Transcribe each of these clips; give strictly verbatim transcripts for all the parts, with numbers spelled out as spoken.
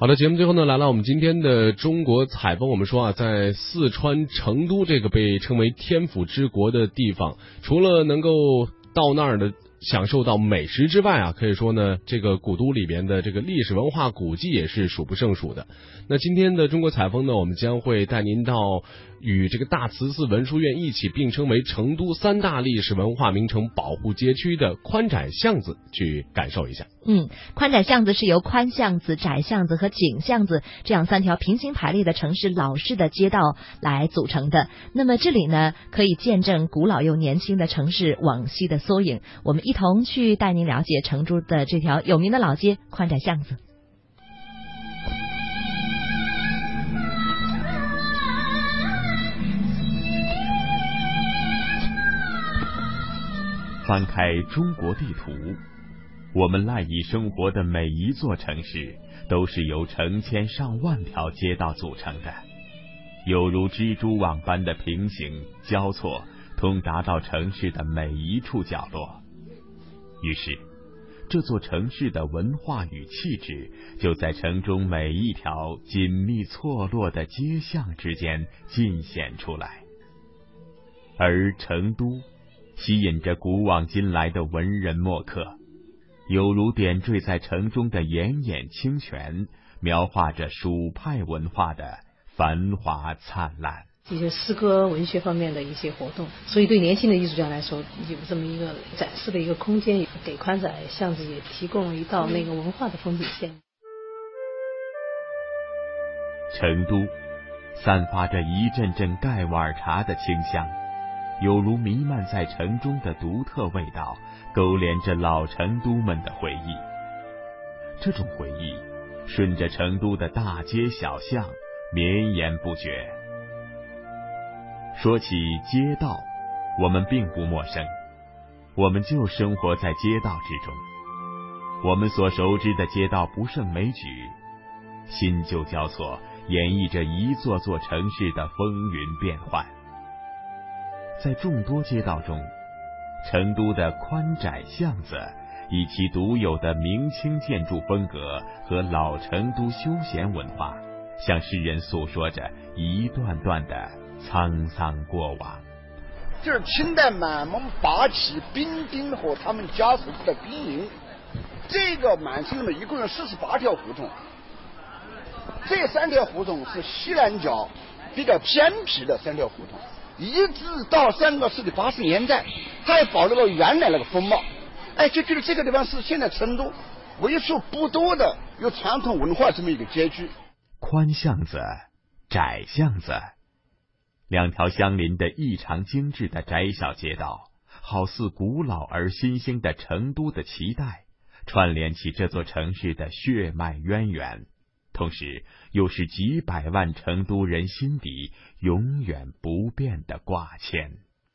好的，节目最后呢，来了我们今天的中国采风。我们说啊，在四川成都这个被称为天府之国的地方，除了能够到那儿的享受到美食之外啊，可以说呢，这个古都里边的这个历史文化古迹也是数不胜数的。那今天的中国采风呢，我们将会带您到与这个大慈寺文殊院一起并称为成都三大历史文化名城保护街区的宽窄巷子去感受一下。 嗯，宽窄巷子是由宽巷子、窄巷子和井巷子这样三条平行排列的城市老式的街道来组成的。那么这里呢，可以见证古老又年轻的城市往昔的缩影。我们一同去带您了解成都的这条有名的老街宽窄巷子。 翻开中国地图，我们赖以生活的每一座城市都是由成千上万条街道组成的，犹如蜘蛛网般的平行交错，通达到城市的每一处角落。于是这座城市的文化与气质就在城中每一条紧密错落的街巷之间尽显出来。而成都吸引着古往今来的文人墨客，犹如点缀在城中的炎炎清泉，描画着蜀派文化的繁华灿烂。 一些诗歌文学方面的一些活动，所以对年轻的艺术家来说，有这么一个展示的一个空间，给宽窄巷子也提供了一道那个文化的风景线。 成都散发着一阵阵盖瓦尔茶的清香，犹如弥漫在城中的独特味道，勾连着老成都们的回忆。这种回忆顺着成都的大街小巷绵延不绝。说起街道，我们并不陌生，我们就生活在街道之中。我们所熟知的街道不胜枚举，新旧交错，演绎着一座座城市的风云变幻。在众多街道中，成都的宽窄巷子以其独有的明清建筑风格和老成都休闲文化，向世人诉说着一段段的沧桑过往。 这是清代满蒙八旗兵丁和他们家属的兵营。这个满清的一共有四十八条胡同，这三条胡同是西南角比较偏僻的三条胡同，一直到三个世纪八十年代，它还保留了原来那个风貌。哎，就觉得这个地方是现在成都为数不多的有传统文化这么一个街区。 宽巷子、窄巷子，两条相邻的异常精致的窄小街道，好似古老而新兴的成都的脐带，串联起这座城市的血脉渊源，同时又是几百万成都人心底永远不变的挂牵。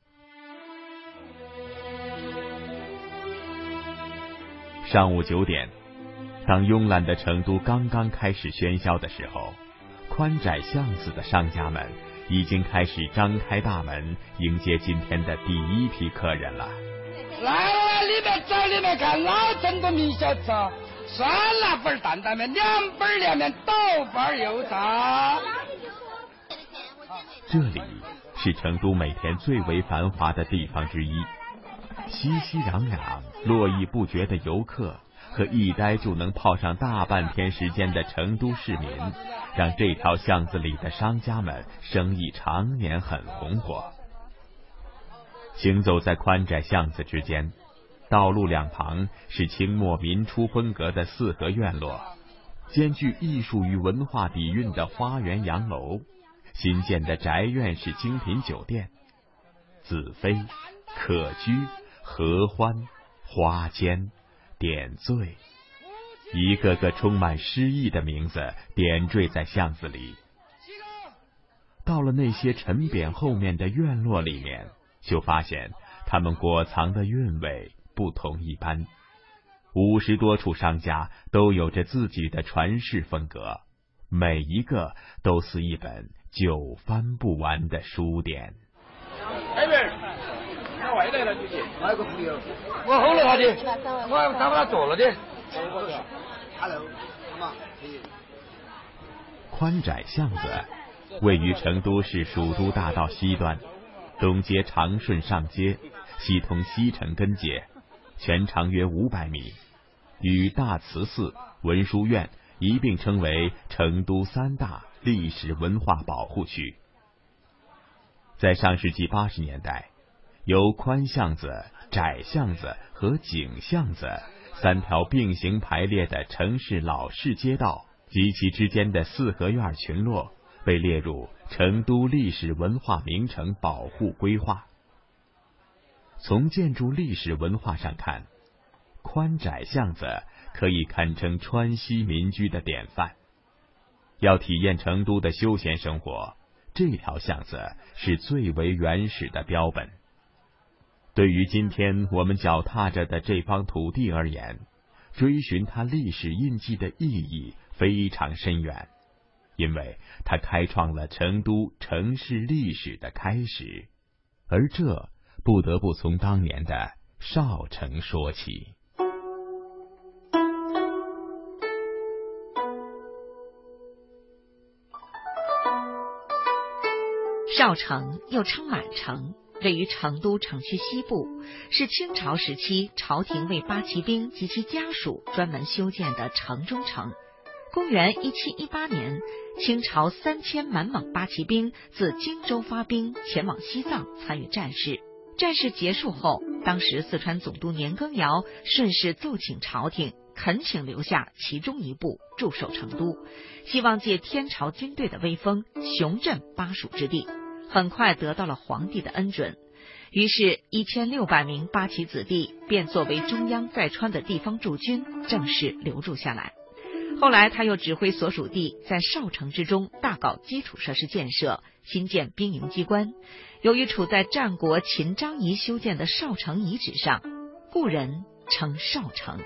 上午九点，当慵懒的成都刚刚开始喧嚣的时候，宽窄巷子的商家们已经开始张开大门，迎接今天的第一批客人了。 来来，里面找里面看老成都名小吃，酸辣粉担担面，凉粉凉面，豆瓣油炸。 这里是成都每天最为繁华的地方之一，熙熙攘攘、络绎不绝的游客和一待就能泡上大半天时间的成都市民，让这条巷子里的商家们生意常年很红火。行走在宽窄巷子之间，道路两旁是清末民初风格的四合院落，兼具艺术与文化底蕴的花园洋楼，新建的宅院式精品酒店，子妃、可居、合欢、花间、点缀，一个个充满诗意的名字点缀在巷子里。到了那些陈匾后面的院落里面，就发现他们裹藏的韵味不同一般。五十多处商家都有着自己的传世风格，每一个都是一本久翻不完的书典。 哎妹，他外来了姐姐，哪有个朋友？我后了他的，我还找不他做了的。Hello， 好嘛，可以。 宽窄巷子位于成都市蜀都大道西端，东接长顺上街，西通西城根街，全长约五百米，与大慈寺、文殊院一并称为成都三大历史文化保护区。在上世纪八十年代，由宽巷子、窄巷子和井巷子三条并行排列的城市老式街道及其之间的四合院群落被列入成都历史文化名城保护规划。从建筑历史文化上看，宽窄巷子可以堪称川西民居的典范。要体验成都的休闲生活，这条巷子是最为原始的标本。对于今天我们脚踏着的这方土地而言，追寻它历史印记的意义非常深远，因为它开创了成都城市历史的开始，而这不得不从当年的少城说起。 少城又称满城，位于成都城区西部，是清朝时期朝廷为八旗兵及其家属专门修建的城中城。公元一七一八年，清朝三千满蒙八旗兵自荆州发兵前往西藏参与战事。战事结束后，当时四川总督年羹尧顺势奏请朝廷，恳请留下其中一部驻守成都，希望借天朝军队的威风雄镇巴蜀之地。很快得到了皇帝的恩准，于是一千六百名八旗子弟便作为中央在川的地方驻军正式留驻下来。后来他又指挥所属地在少城之中大搞基础设施建设，新建兵营机关。由于处在战国秦张仪修建的少城遗址上，故人称少城。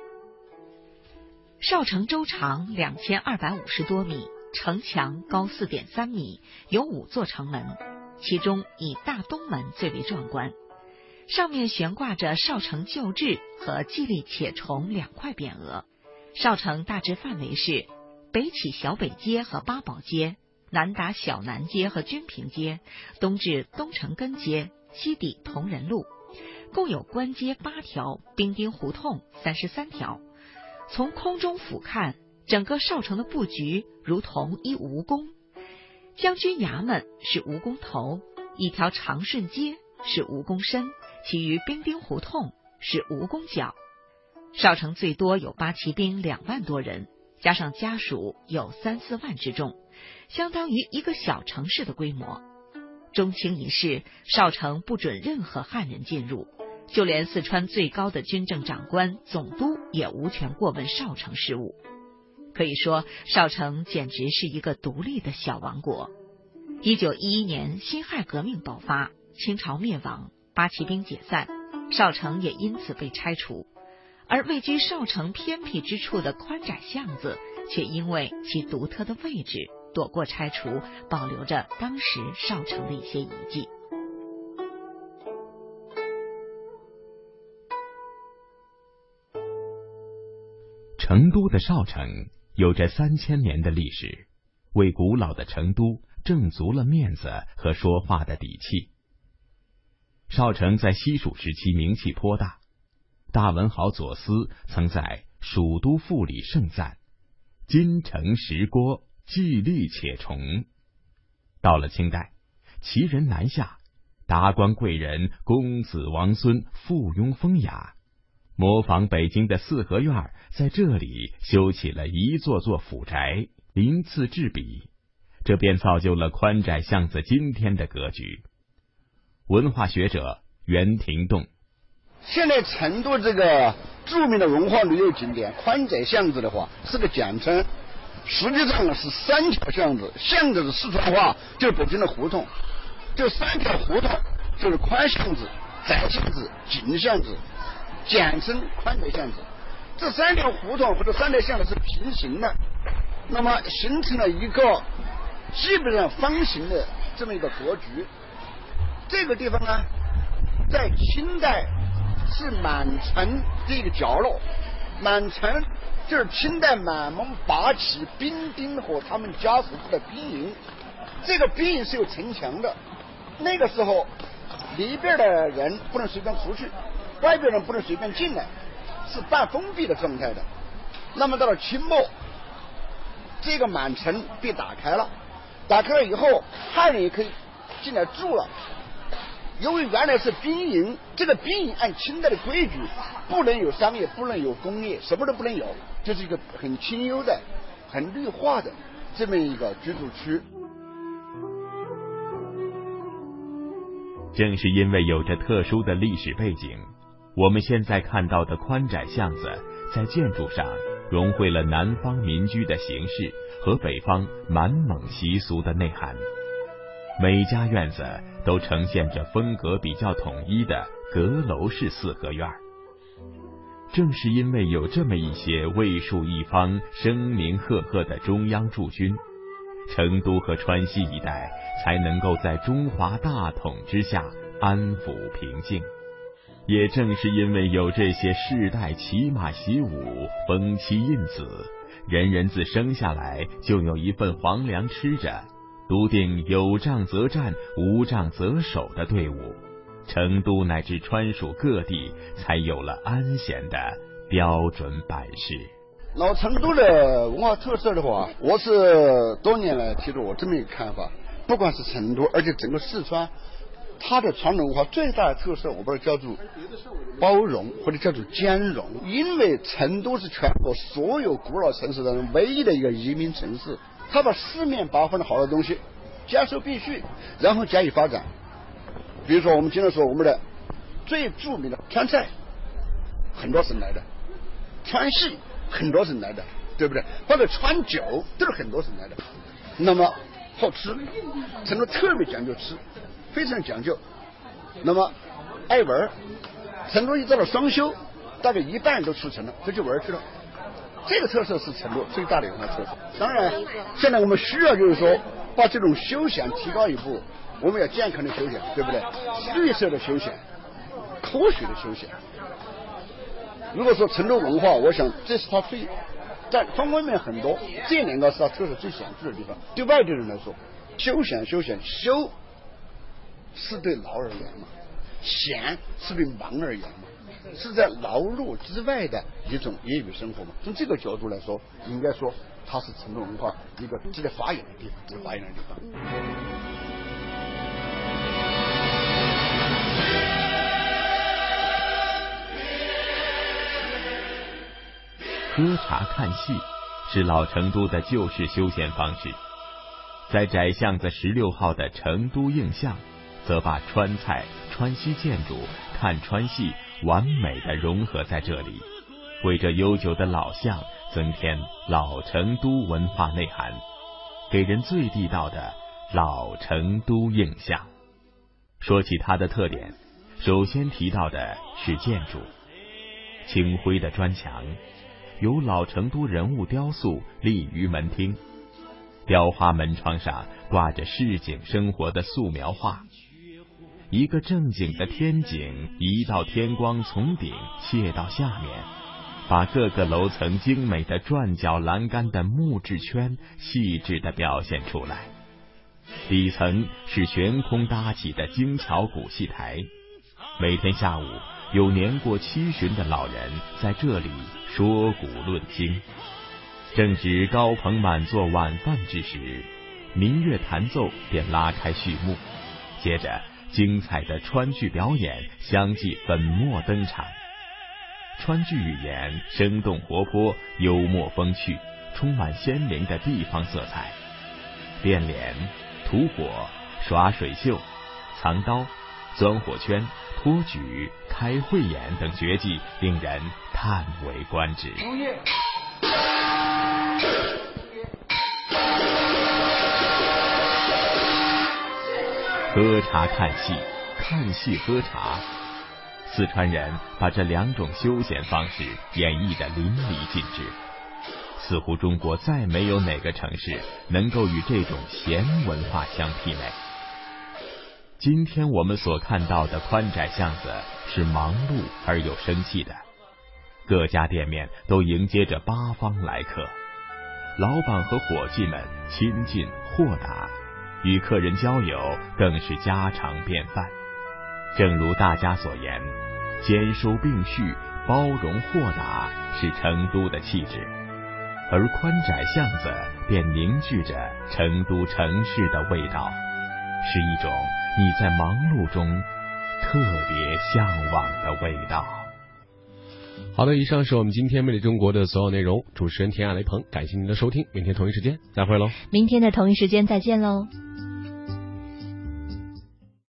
少城周长两千二百五十多米，城墙高 四点三米，有五座城门，其中以大东门最为壮观，上面悬挂着少城旧制和蓟立且重两块匾额。少城大致范围是北起小北街和八宝街，南达小南街和军平街，东至东城根街，西抵同仁路，共有关街八条，兵丁胡同三十三条。从空中俯瞰，整个少城的布局如同一蜈蚣，将军衙门是蜈蚣头，一条长顺街是蜈蚣身，其余兵丁胡同是蜈蚣脚。少城最多有八旗兵两万多人，加上家属有三四万之众，相当于一个小城市的规模。中清一世，少城不准任何汉人进入，就连四川最高的军政长官总督也无权过问少城事务。可以说，少城简直是一个独立的小王国。一九一一年，辛亥革命爆发，清朝灭亡，八旗兵解散，少城也因此被拆除。而位居少城偏僻之处的宽窄巷子，却因为其独特的位置，躲过拆除，保留着当时少城的一些遗迹。 成都的少城有着三千年的历史，为古老的成都挣足了面子和说话的底气。少城在西蜀时期名气颇大，大文豪左思曾在《蜀都赋》里盛赞：“金城石郭，蓟立且重。”到了清代，旗人南下，达官贵人、公子王孙附庸风雅，模仿北京的四合院，在这里修起了一座座府宅，鳞次栉比，这便造就了宽窄巷子今天的格局。文化学者袁廷栋： 现在成都这个著名的文化旅游景点宽窄巷子的话是个简称，实际上是三条巷子，巷子是四川话，就是北京的胡同，这三条胡同就是宽巷子、窄巷子、井巷子，简称宽窄巷子。这三条胡同或者三条巷子是平行的，那么形成了一个基本上方形的这么一个格局。这个地方呢，在清代是满城这个角落， 满城就是清代满蒙八旗兵丁和他们家属的兵营，这个兵营是有城墙的，那个时候里边的人不能随便出去，外边人不能随便进来，是半封闭的状态的。那么到了清末，这个满城被打开了，打开了以后汉人也可以进来住了。由于原来是兵营，这个兵营按清代的规矩不能有商业，不能有工业，什么都不能有，这是一个很清幽的很绿化的这么一个居住区。 正是因为有着特殊的历史背景，我们现在看到的宽窄巷子在建筑上融汇了南方民居的形式和北方满蒙习俗的内涵。每家院子都呈现着风格比较统一的阁楼式四合院。正是因为有这么一些卫戍一方、声名赫赫的中央驻军，成都和川西一带才能够在中华大统之下安抚平静。也正是因为有这些世代骑马习武、封妻印子，人人自生下来就有一份皇粮吃着，笃定有仗则战，无仗则守的队伍，成都乃至川蜀各地才有了安闲的标准版式。 老成都的文化特色的话，我是多年来提出我这么一个看法，不管是成都，而且整个四川，它的传统文化最大的特色，我把它叫做包容，或者叫做兼容。因为成都是全国所有古老城市当中唯一的一个移民城市，它把四面八方的好的东西加收并蓄，然后加以发展。比如说我们经常说我们的最著名的川菜，很多省来的，川戏很多省来的，对不对？或者川酒都是很多省来的。那么好吃，成都特别讲究吃，非常讲究。那么爱玩，成都一到了双休，大概一半人都出城了，都去玩去了。这个特色是成都最大的文化特色。当然现在我们需要就是说把这种休闲提高一步，我们要健康的休闲，对不对？绿色的休闲，科学的休闲。如果说成都文化，我想这是它最在方方面面很多，这两个是它特色最显著的地方。对外地人来说，休闲休闲休是对劳而言嘛，闲是对忙而言嘛，是在劳碌之外的一种业余生活嘛。从这个角度来说，应该说它是成都文化一个值得发扬的地方，值得发扬的地方。 喝茶看戏是老成都的旧式休闲方式，在窄巷子十六号的成都映巷，则把川菜、川西建筑、看川戏完美的融合在这里，为这悠久的老巷增添老成都文化内涵，给人最地道的老成都印象。说起它的特点，首先提到的是建筑。青灰的砖墙，有老成都人物雕塑立于门厅，雕花门窗上挂着市井生活的素描画，一个正经的天井，一道天光从顶切到下面，把各个楼层精美的转角栏杆的木质圈细致地表现出来。底层是悬空搭起的精巧古戏台，每天下午有年过七旬的老人在这里说古论今。正值高朋满座晚饭之时，民乐弹奏便拉开序幕，接着精彩的川剧表演相继粉墨登场。川剧语言生动活泼，幽默风趣，充满鲜灵的地方色彩。变脸、吐火、耍水袖、藏刀、钻火圈、托举、开慧眼等绝技令人叹为观止。喝茶看戏，看戏喝茶，四川人把这两种休闲方式演绎得淋漓尽致，似乎中国再没有哪个城市能够与这种闲文化相媲美。今天我们所看到的宽窄巷子是忙碌而又生气的， 各家店面都迎接着八方来客，老板和伙计们亲近豁达，与客人交友更是家常便饭。正如大家所言，兼收并蓄、包容豁达是成都的气质，而宽窄巷子便凝聚着成都城市的味道，是一种你在忙碌中特别向往的味道。 好的，以上是我们今天魅力中国的所有内容。主持人田亚雷鹏，感谢您的收听，明天同一时间再会喽。 明天的同一时间再见喽。